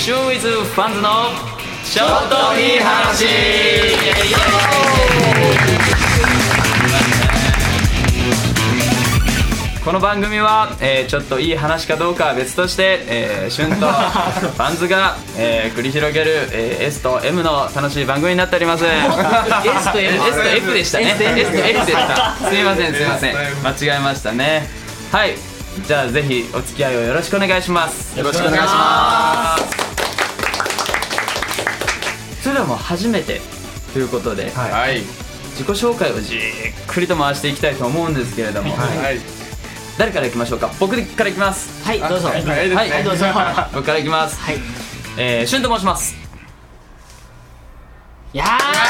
シューウィズファンズのちょっといい話。この番組は、ちょっといい話かどうかは別として、シュンとファンズが、繰り広げる、S と M の楽しい番組になっております。S と F でしたね。S と F でした。すいません間違えましたね。はい、じゃあぜひお付き合いをよろしくお願いします。 よろしくお願いします。 それではもう初めてということで、 はい、 自己紹介をじっくりと回していきたいと思うんですけれども、はい、誰からいきましょうか。僕からいきます。 はい、どうぞ。はい、どうぞ。 僕からいきます。はい、しゅんと申します。 いや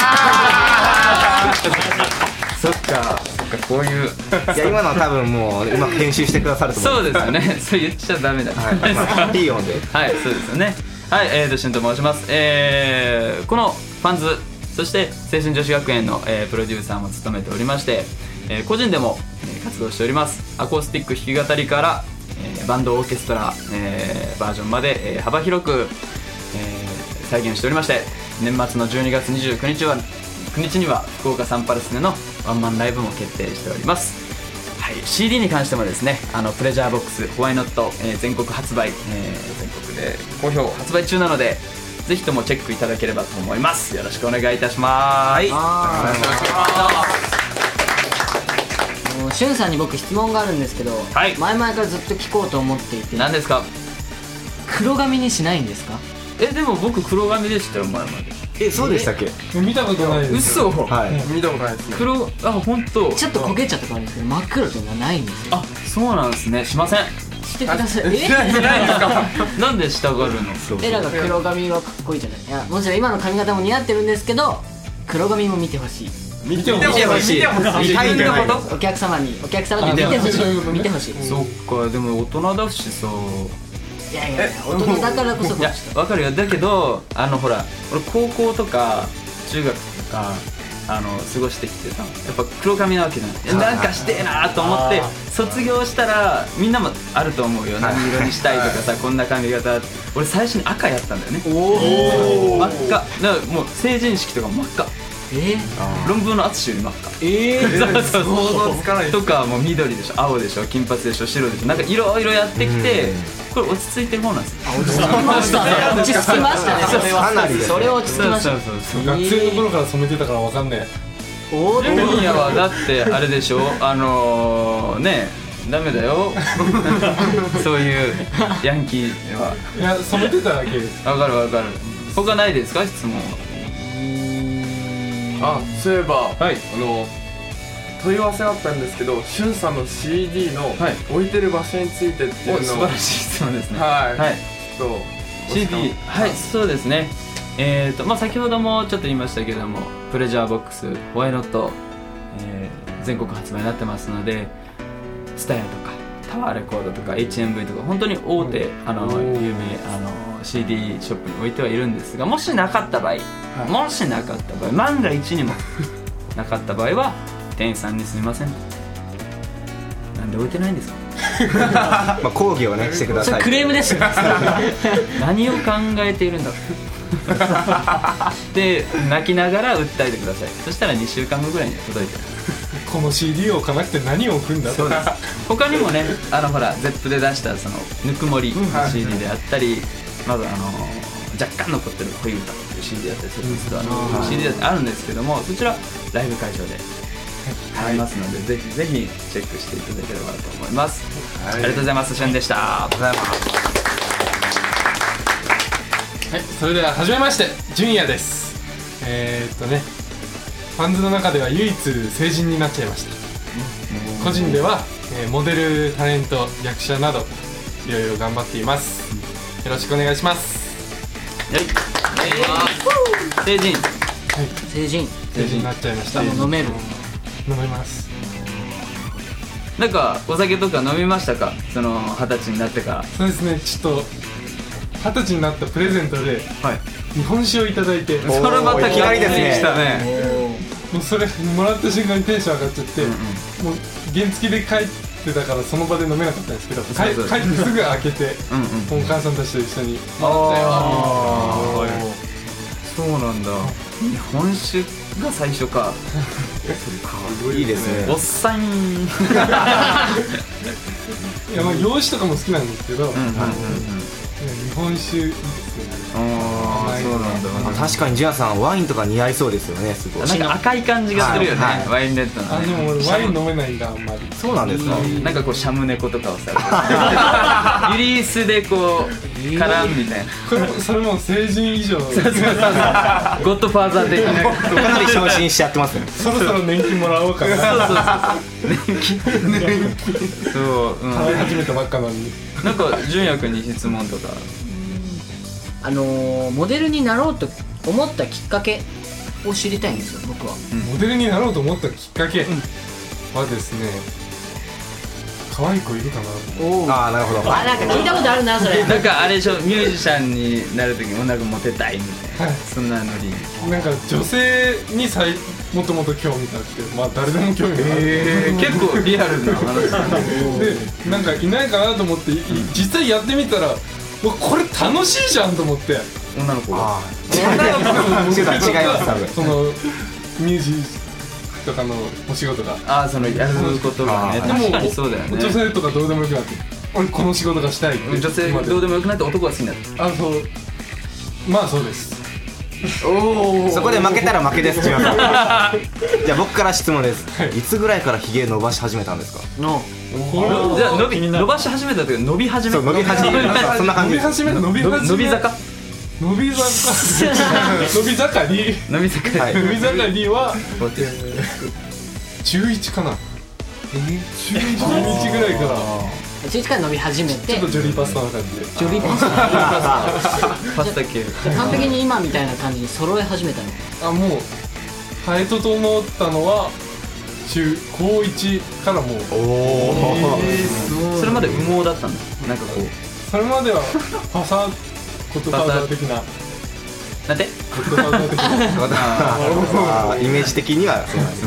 そっかこういう。 いや今のは多分もううまく編集してくださると思う。 そうですよね。それ言っちゃダメだ。 はい、いい音で。 はい、そうですよね。はい、しゅんと申します。このファンズ、そして青春女子学園の、プロデューサーも務めておりまして、個人でも、活動しております。アコースティック弾き語りから、バンドオーケストラ、バージョンまで、幅広く、再現しておりまして、年末の12月29日には福岡サンパルスでのワンマンライブも決定しております。はい、CD に関してもですね、プレジャーボックスホワイノット、全国発売、全国で好評発売中なので、ぜひともチェックいただければと思います。よろしくお願いいたします。はい、お願いします。しゅんさんに僕質問があるんですけど、はい、前々からずっと聞こうと思っていて。 何ですか？ 黒髪にしないんですか？ でも僕黒髪でしたよ前まで。 そうでしたっけ？ 見たことないです。 嘘。 はい、見たことないですね。 本当。 ちょっと焦げちゃった感じですけど、真っ黒っていうのはないんですよ。 あ、そうなんですね。しません。 してください。 ないですか？なんでしたがるの？ なんか黒髪はかっこいいじゃない。いや、もちろん今の髪型も似合ってるんですけど、黒髪も見てほしい。 見てほしい。見たいってこと？ お客様に見てほしい。見てほしい。 そっか、でも大人だしさ。 いや大人だからこそ。いやわかるよ。だけどほら、俺高校とか中学とか過ごしてきてさ、やっぱ黒髪なわけじゃない。なんかしてえなと思って卒業したら、みんなもあると思うよ。何色にしたいとかさ、こんな髪型。俺最初に赤やったんだよね。真っ赤だからもう成人式とか真っ赤。論文の淳より真っ赤。想像つかないとか、もう緑でしょ、青でしょ、金髪でしょ、白でしょ、なんかいろいろやってきて、これ落ち着いてる方なんですよ。 落ち着きましたね。落ち着きましたね。それはかなり。 それは落ち着きました。 学生の頃から染めてたからわかんねえ。ジュニアはだってあれでしょ、ね、ダメだよ。そういうヤンキーは。 いや、染めてただけです。 わかる。他ないですか、質問は？ そういえば、 はい、 問い合わせあったんですけど、しゅんさんの CD の置いてる場所についてっていうのを。 素晴らしい質問ですね。 はい、 ちょっと CD、はい、そうですね。先ほどもちょっと言いましたけども、プレジャーボックスホワイノット、全国発売になってますので、TSUTAYAとかタワーレコードとか HMV とか本当に大手、有名CD ショップに置いてはいるんですが、もしなかった場合、万が一にもなかった場合は、店員さんにすみません、なんで置いてないんですか？ 講義をねしてください。 それクレームですよ。 何を考えているんだで、泣きながら訴えてください。そしたら2週間後ぐらいに届いてる。 この CD を置かなくて何を置くんだと。 そうです。他にもね、ほら ZEP で出したそのぬくもり CD であったり、まず若干残ってる恋歌っていう CD だったりするんですけど、CD だってあるんですけども、そちらライブ会場でありますので、ぜひぜひチェックしていただければと思います。ありがとうございます。しゅんでした。ありがとうございます。 はい、それでは初めまして、ジュニアです。ファンズの中では唯一成人になっちゃいました。個人では、モデル、タレント、役者などいろいろ頑張っています。よろしくお願いします。 成人。 成人になっちゃいました。 飲める。 飲めます。 なんかお酒とか飲みましたか？その20歳になってから。 そうですね、ちょっと20歳になったプレゼントで日本酒をいただいて、 それまた気がいいですね。したね。 もうそれもらった瞬間にテンション上がっちゃって、もう原付で帰ってたからその場で飲めなかったんですけど、帰ってすぐ開けてお母さんたちと一緒にそうなんだ。日本酒が最初か。 いいですね。 おっさん。 いや、まあ洋酒とかも好きなんですけど、日本酒いいですね。 そうなんだ。 確かにジュアさんワインとか似合いそうですよね。すごい。 なんか赤い感じがするよね、ワインレッドのね。 でも俺ワイン飲めないんだ、あんまり。 そうなんですか。 なんかこうシャム猫とかをさ、ユリースでこう絡むみたいな。 これそれも成人以上のゴッドファーザー的な。 かなり昇進しちゃってますね。 そろそろ年金もらおうかな。 年金そう、 払い始めたばっかなのに。 なんか純也君に質問とか。 モデルになろうと思ったきっかけを知りたいんですよ、僕は。 モデルになろうと思ったきっかけはですね、可愛い子いるかなと思って。 ああ、なるほど。 なんか聞いたことあるな、それ。 なんかあれでしょ、ミュージシャンになるときもなんかモテたいみたいな、そんなノリ。 なんか女性にもともと興味があって、まあ誰でも興味がある。 結構リアルな話で、なんかいないかなと思って実際やってみたら、これ楽しいじゃんと思って。 女の子が違います多分。 そのミュージとかのお仕事が。 そのやることがね。でもそうだよね。 女性とかどうでもよくなって、俺この仕事がしたいって。 女性どうでもよくなって男が好きになった。 そう。まあそうです。 そこで負けたら負けです。ジュアさん。じゃあ僕から質問です。いつぐらいからヒゲ伸ばし始めたんですか。 じゃあ伸ばし始めたというか伸び始めた。 伸び始めた。そんな感じ。 伸び始めた。伸び坂。 伸び坂。 伸び盛りは中1かな。中1ぐらいから中1から伸び始めて、 ちょっとジョリーパスタな感じで。 ジョリーパスタパスタ系。 完璧に今みたいな感じに揃え始めたの。 もう生え整ったのは高1からもう。 それまで羽毛だったんだ。なんかこうそれまではコットパウダー的な。 なんでコットパウダー的な。 イメージ的にはそうなんです。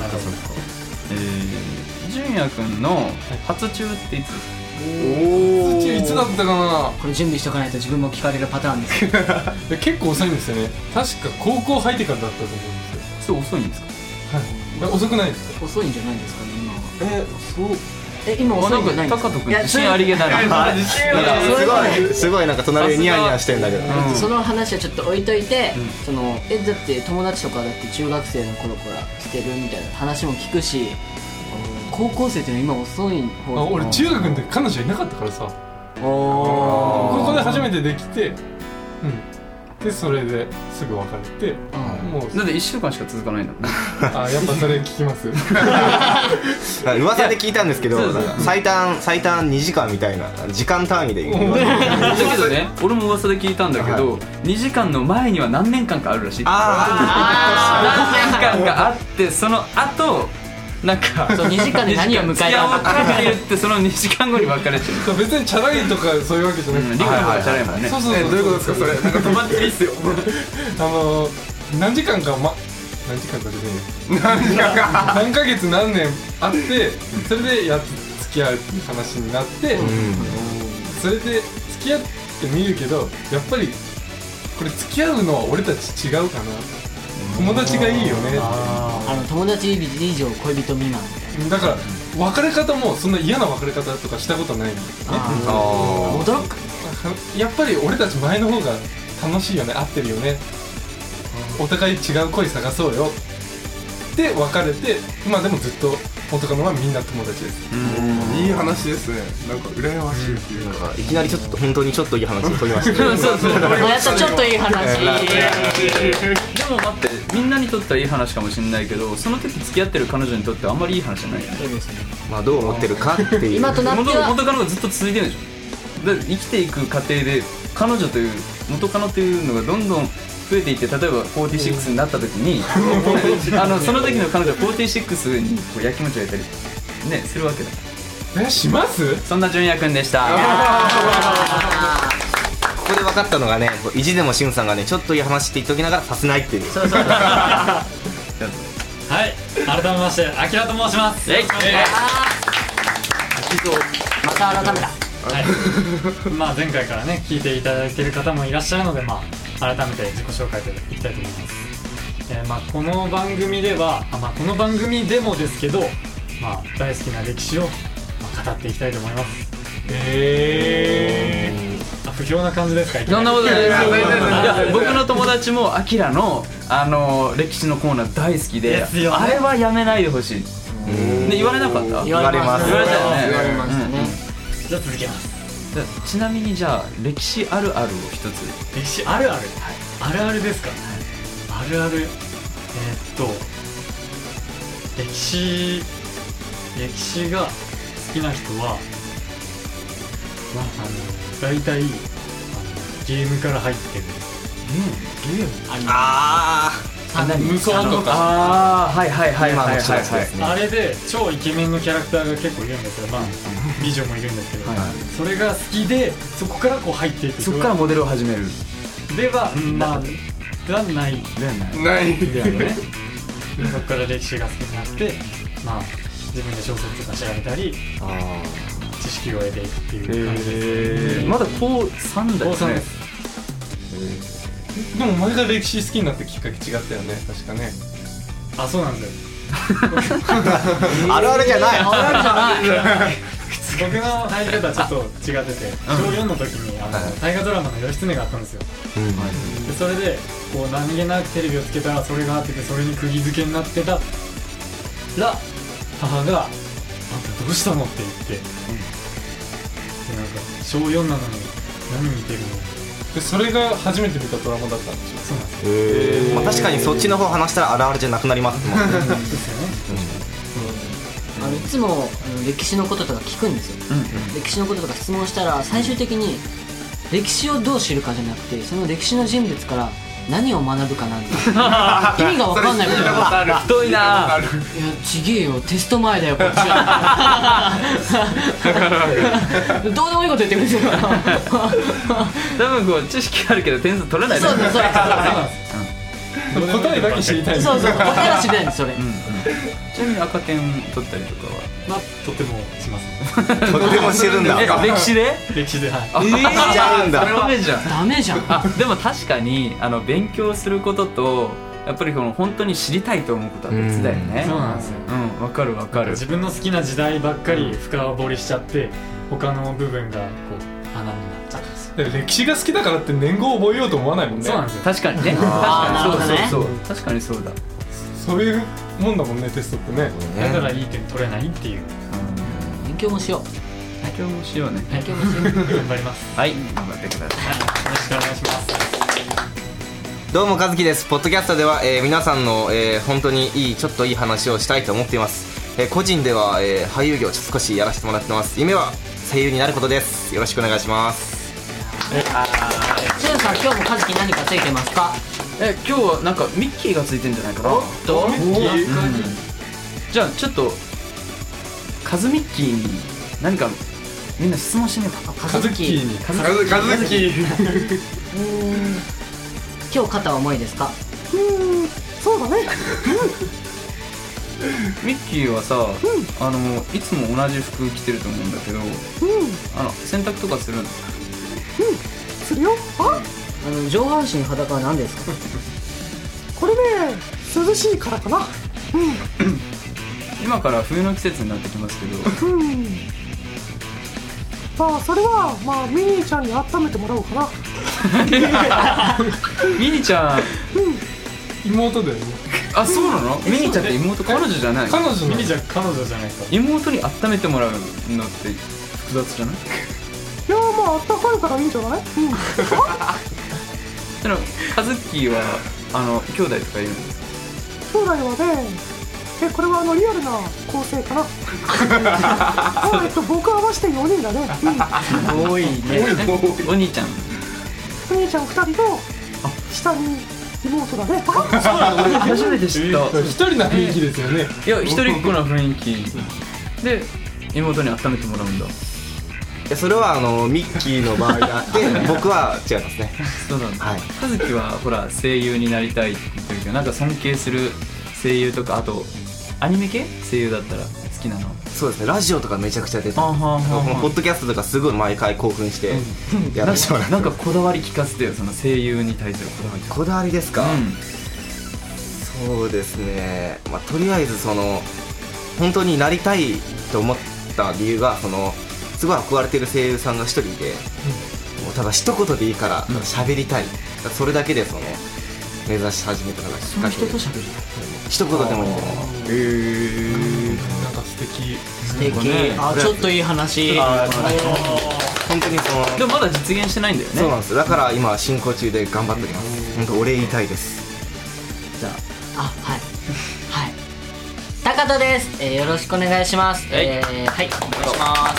純也くんの初中っていつ？ いつだったかな。 これ準備しとかないと自分も聞かれるパターンですけど。 結構遅いんですよね。確か高校入ってからだったと思うんですよ。 それ遅いんですか？ はい。遅くないですか？ 遅いんじゃないですかね、今は。 そう。 今遅いんじゃないんですか？ タカト君自信ありげだな。 すごいなんか隣でニヤニヤしてんだけど。 その話はちょっと置いといて、だって友達とかだって中学生の頃からしてるみたいな話も聞くし、高校生っていうのは今遅い方。 俺中学の時彼女いなかったからさ。ここで初めてできて、でそれですぐ別れて、もうだって1週間しか続かないんだもんね。 やっぱそれ聞きます。 噂で聞いたんですけど、最短2時間みたいな時間単位で言う。 だけどね、俺も噂で聞いたんだけど、2時間の前には何年間かあるらしい。何年間かあって、その後なんか 2時間で何を迎えたのかって言ってその2時間後に別れちゃう。 別にチャラいとかそういうわけじゃなくて、 リコの方がチャラいもんね。 そうどういうことですかそれ。なんか止まっていいっすよ。何時間かじゃねえよ。何ヶ月何年あって、それで付き合うっていう話になって、それで付き合ってみるけど、やっぱりこれ付き合うのは俺たち違うかな。友達がいいよね。 友達以上恋人未満みたいな。 だから別れ方もそんな嫌な別れ方とかしたことないんですね。 驚く。 やっぱり俺たち前の方が楽しいよね、合ってるよね、お互い違う恋探そうよで別れて、今でもずっと元カノはみんな友達です。 いい話ですね。なんか羨ましいっていうのが、 いきなりちょっと本当にちょっといい話を取りました。 やったちょっといい話。 でも待って、みんなにとってはいい話かもしれないけど、その時付き合ってる彼女にとってはあんまりいい話じゃないよね。 そうですね。 まあどう思ってるかっていう。 今となっては元カノがずっと続いてるでしょ。で生きていく過程で彼女という元カノというのがどんどん増えていって、例えば46になった時にその時の彼女は46にこうやきもちを焼いたりねするわけだ。 します。 そんな純也くんでした。 ここで分かったのがね、意地でもしゅんさんがね、ちょっといい話って言っておきながらさせないっていう。 はい、改めましてあきらと申します。 また改めた。 まあ前回からね聞いていただいている方もいらっしゃるので、まあ改めて自己紹介でいきたいと思います。まあこの番組ではまあこの番組でもですけど、まあ大好きな歴史を、語っていきたいと思います。不評な感じですか？ そんなことないです。いや、僕の友達もアキラの歴史のコーナー大好きで、 ですよね、 あれはやめないでほしい。で言われなかった？ 言われます。 言われたよね。 言われましたね。 じゃあ続けます。 ちなみにじゃあ歴史あるあるを一つ。 歴史あるある、あるあるですか？あるある、歴史が好きな人は、大体ゲームから入ってる。ゲーム無双とか。 はいはいはいはいはい。 あれで超イケメンのキャラクターが結構いるんですよ。まあ美女もいるんですけど、それが好きでそこからこう入っていく。 そこからモデルを始める。 ではまあではないないであるね。そこから歴史が好きになって、まあ自分で小説とか調べたり、知識を得ていくっていう感じです。 まだ高3だよね。 高3です。 でも前が歴史好きになってきっかけ違ったよね、確かね。 あ、そうなんですよ。 あるあるじゃない。 あるじゃない。 僕の入り方はちょっと違ってて、小4の時に大河ドラマの義経があったんですよ。でそれでこう何気なくテレビをつけたらそれがあってて、それに釘付けになってたら母が「あんたどうしたの?」って言って、でなんか小4なのに何見てるの？ でそれが初めて見たドラマだったんでしょ。 そうなんですよ。 まあ確かにそっちの方話したらあるあるじゃなくなりますもんね。 ですよね。 いつも歴史のこととか聞くんですよ。歴史のこととか質問したら最終的に歴史をどう知るかじゃなくて、その歴史の人物から何を学ぶかなんだ。意味が分かんないことが太いな。 いやちげえよ、テスト前だよこっちは。どうでもいいこと言ってくれてるから。 多分こう知識あるけど点数取れない。 そう答えだけ知りたい。 答えは知りたいんですそれ。 ちなみに赤点取ったりとかは？ まあとてもします。 とても知るんだ。 歴史で？ 歴史で、はい。 しちゃうんだ。 ダメじゃん。 ダメじゃん。 でも確かに勉強することとやっぱりこの本当に知りたいと思うことは別だよね。 そうなんですよ。 わかるわかる。 自分の好きな時代ばっかり深掘りしちゃって他の部分がこう穴になっちゃうんですよ。 歴史が好きだからって年号を覚えようと思わないもんね。 そうなんですよ。 確かにね。そう確かにそうだ。 そういうもんだもんね、テストってね。 だからいい点取れないっていう。 勉強もしよう。 勉強もしようね。 勉強もしよう。 頑張ります。 はい、頑張ってください。 よろしくお願いします。 どうも和樹です。ポッドキャストでは、皆さんの、本当にちょっといい話をしたいと思っています。個人では、俳優業を少しやらせてもらってます。夢は声優になることです。よろしくお願いします。 しゅんさん、今日も和樹何かついてますか？ 今日はなんかミッキーがついてんじゃないかな。 おっと、 じゃあちょっとカズミッキーに何かみんな質問してみようか。 カズキーに。 カズキー。 今日肩は重いですか？ そうだね。 ミッキーはさ、いつも同じ服着てると思うんだけど、洗濯とかするの？ するよ。 上半身裸は何ですか？ これね、涼しいからかな。 今から冬の季節になってきますけど、 まあそれはまあミニーちゃんに温めてもらおうかな。 ミニちゃん、 妹だよね。 あ、そうなの？ミニちゃんって妹、彼女じゃない？ 彼女ミニちゃん彼女じゃないですか。 妹に温めてもらうのって複雑じゃない？ いやまああったかいからいいんじゃない？ でもカズッキーは兄弟とかいるんですか？ 兄弟はね、これはリアルな構成かな。僕合わせて4人だね。 多いね。お兄ちゃん。 お兄ちゃん2人と下に妹だね。 そうなの？俺初めて知った。 一人な雰囲気ですよね。 いや、一人っ子な雰囲気で妹に温めてもらうんだ。 それはミッキーの場合であって僕は違いますね。 そうなんだ。 はい。 和樹はほら声優になりたいって言ってるけど、なんか尊敬する声優とか、あとアニメ系声優だったら好きなの？ そうですね、ラジオとかめちゃくちゃ出てます。 あははこのポッドキャストとかすごい毎回興奮してやらせてもらってなんかこだわり聞かせてよ、その声優に対するこだわりとか。 こだわりですか、 うんそうですね、とりあえず本当になりたいと思った理由がすごい憧れてる声優さんが一人いて、もうただ一言でいいから喋りたい、それだけで目指し始めたのがきっそのかけで、 人と喋る一言でもいいんで、 なんか素敵。 素敵。あ、ちょっといい話。 本当にでもまだ実現してないんだよね。 そうなんです。だから今進行中で頑張っております。本当お礼言いたいです。 じゃあ、はいはい高田です、よろしくお願いします。はい、お願いします。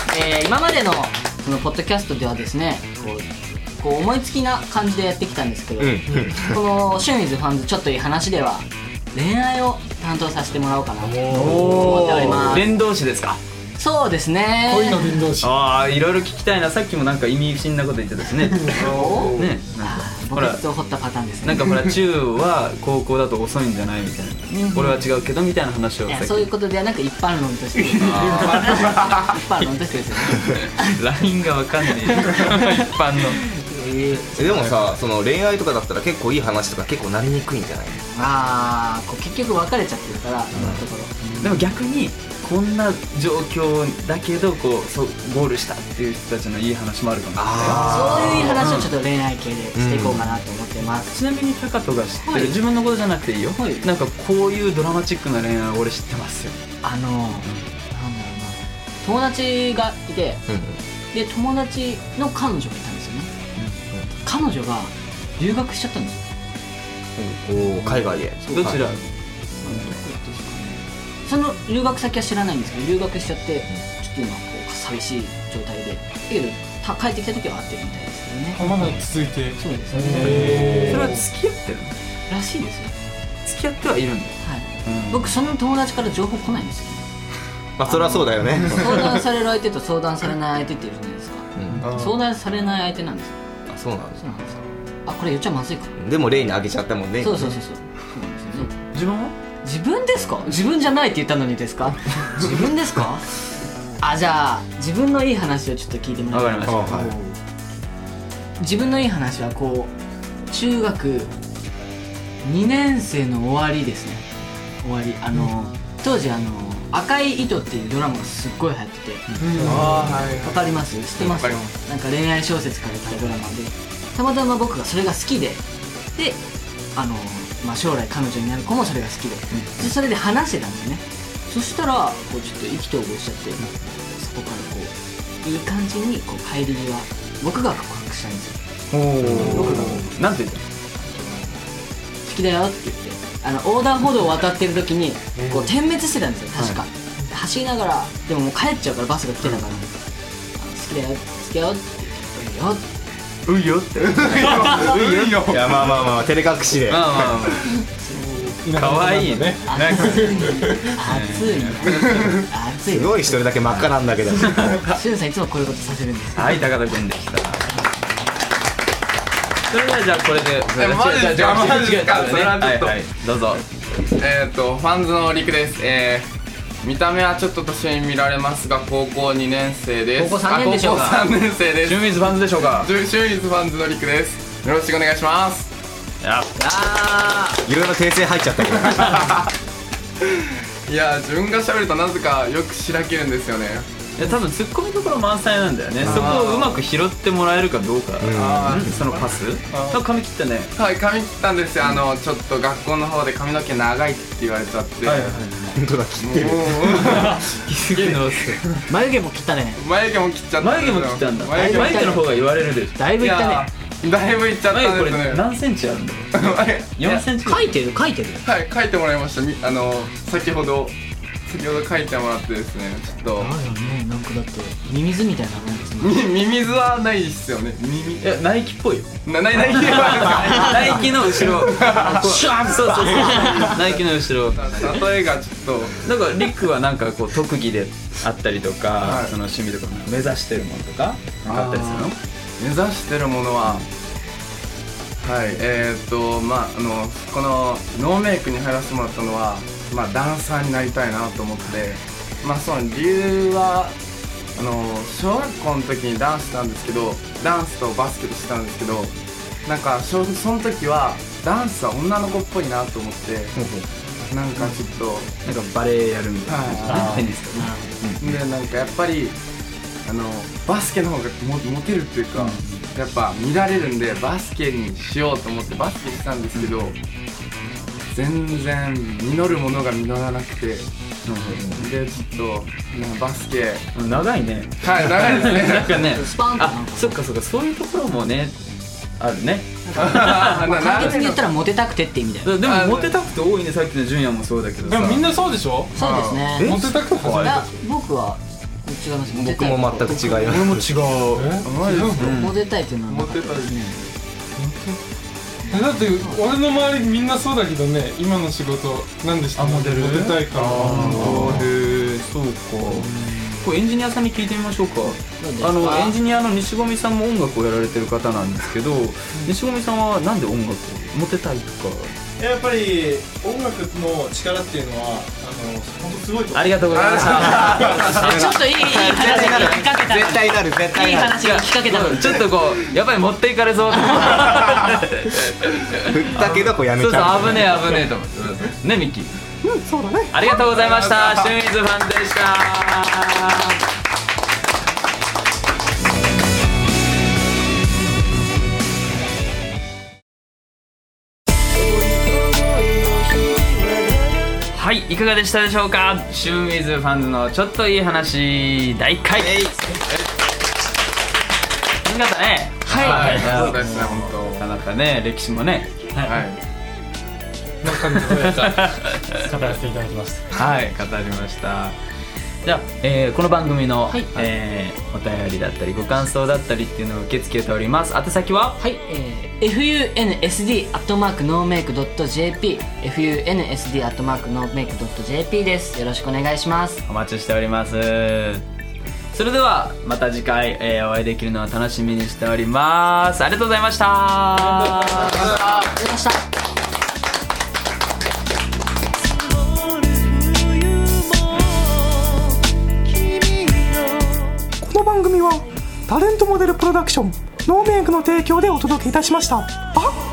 今までのそのポッドキャストではですね、こう思いつきな感じでやってきたんですけど、このシュンイズファンズちょっといい話では恋愛を担当させてもらおうかなと思っております。 伝道師ですか。 そうですね。 恋の伝道師。 ああ、いろいろ聞きたいな。さっきもなんか意味深なこと言ってたしね。ね、なんかほら墓穴を掘ったパターンですね。 なんかほら中は高校だと遅いんじゃないみたいな、俺は違うけどみたいな話をさっき。 そういうことではなく一般論として一般論としてですよね。 ラインがわかんない一般の。 でもさ、恋愛とかだったら結構いい話とか結構なりにくいんじゃない？ 結局別れちゃってるから、今のところ。 でも逆にこんな状況だけどゴールしたっていう人たちのいい話もあるかもしれない。 そういういい話をちょっと恋愛系でしていこうかなと思ってます。 ちなみにタカトが知ってる、自分のことじゃなくていいよ、なんかこういうドラマチックな恋愛俺知ってますよ。 なんだろうな、友達がいて、で友達の彼女がいたんですよね。彼女が留学しちゃったんですよ。 海外で。 どちら？ その留学先は知らないんですけど、留学しちゃってちょっと今寂しい状態で、だけど帰ってきた時は会ってるみたいですけどね。 まだ続いて。 そうですね。 それは付き合ってるの？ らしいですよ。 付き合ってはいるんだ。 はい。僕その友達から情報来ないんですよね。 そりゃそうだよね。 相談される相手と相談されない相手っているじゃないですか。相談されない相手なんですよ。 そうなんです。 そうなんですよ。これ言っちゃまずいか。 でも例にあげちゃったもんね。 そうなんですよね。 自分は？ 自分ですか？自分じゃないって言ったのにですか？自分ですか？じゃあ自分のいい話をちょっと聞いてもらいましょう。自分のいい話は中学2年生の終わりですね。終わり。当時赤い糸っていうドラマがすっごい流行ってて、わかります？知ってます？なんか恋愛小説から来たドラマで、たまたま僕がそれが好きで、将来彼女になる子もそれが好きで、それで話してたんですよね。そしたらちょっと意気投合しちゃって、そこからいい感じに帰り際僕が告白したんですよ。僕がなんて言ったの？ 好きだよって言って、横断歩道を渡ってる時に点滅してたんですよ、確か。走りながら、でももう帰っちゃうからバスが来てたから、好きだよ好きだよって言って、 ういよって。 いやまあ照れ隠しで。 かわいいね。 熱い。 すごい一人だけ真っ赤なんだけど。 しゅんさんいつもこういうことさせるんです。 はい、高田君でした。それではじゃあこれで。 マジですか？マジですか？それはちょっと。 はい、どうぞ。 ファンズのりくです。見た目はちょっと年に見られますが、高校2年生です。 高校3年でしょうか？ 高校3年生です。 シュンウィズファンズでしょうか？ シュンウィズファンズのりくです。よろしくお願いします。 いろいろ訂正入っちゃったけど。 いや、自分が喋るとなぜかよくしらけるんですよね。 多分ツッコミどころ満載なんだよね。そこをうまく拾ってもらえるかどうか。そのパス髪切ったね。 はい、髪切ったんですよ。ちょっと学校の方で髪の毛長いって言われちゃって。 本当だ、切ってる。 眉毛も切ったね。 眉毛も切っちゃった。 眉毛も切ったんだ。眉毛の方が言われるでしょ。 だいぶいったね。 だいぶいっちゃったんですね。 これ何センチあるんだろう。4センチ。 書いてる。 はい、書いてもらいました。先ほど書いてもらってですね、ちょっと。 なんかだってミミズみたいなもんですね。 ミミズはないですよね。 ナイキっぽいよ。 ナイキの後ろ。そう。ナイキの後ろ。 例えがちょっと。 だからリックはなんか特技であったりとか、その趣味とか目指してるものとかあったりするの？ 目指してるものは、このノーメイクに入らせてもらったのは、ダンサーになりたいなと思って、 まあその理由は小学校の時にダンスしたんですけど、ダンスとバスケとしたんですけど、なんかその時はダンスは女の子っぽいなと思って、なんかちょっとなんかバレエやるみたいな感じですね、テニスとかね。 でなんかやっぱりバスケの方がモテるっていうか、やっぱ見られるんでバスケにしようと思ってバスケしたんですけど、全然実るものが実らなくて、でちょっとバスケ長いね。 はい、長いですね。 なんかね、 スパンとそっかそういうところもねあるね。 簡潔に言ったらモテたくてって意味だよ。 でもモテたくて多いね。さっきの純也もそうだけどさ。 でもみんなそうでしょ。 そうですね。 モテたくて始めた。 僕は違います。 僕も全く違います。 俺も違う。 モテたいっていうのはモテたい。 だって俺の周りみんなそうだけどね。今の仕事なんでしたの？モテたいから。 そうか。これエンジニアさんに聞いてみましょうか。エンジニアの西込さんも音楽をやられてる方なんですけど、西込さんはなんで音楽をモテたいとか。 やっぱり音楽の力っていうのは本当すごいと。 ありがとうございました。 ちょっといい話が聞かけた。 絶対なる絶対いいなる。 話が聞かけたの。 ちょっとこうやっぱり持っていかれそう。 振ったけどこうやめちゃう。 そう危ねえと思ってね、ミッキー。 うん、そうだね。 ありがとうございました。清水ファンでした。はい、いかがでしたでしょうか。清水ファンズのちょっといい話第1回。楽しかったね。 はい。 そうですね、本当。 なかなかね、歴史もね。 はい。 の感じで語らせていただきました。 はい、語りました。じゃあ、この番組の、 はいお便りだったりご感想だったりっていうのを受け付けております。宛先ははい、funsd@nomake.jp funsd@nomake.jp です。よろしくお願いします。 お待ちしております。それではまた次回、お会いできるのを楽しみにしております。ありがとうございました。 ありがとうございました。 この番組はタレントモデルプロダクションノーメイクの提供でお届けいたしました。あ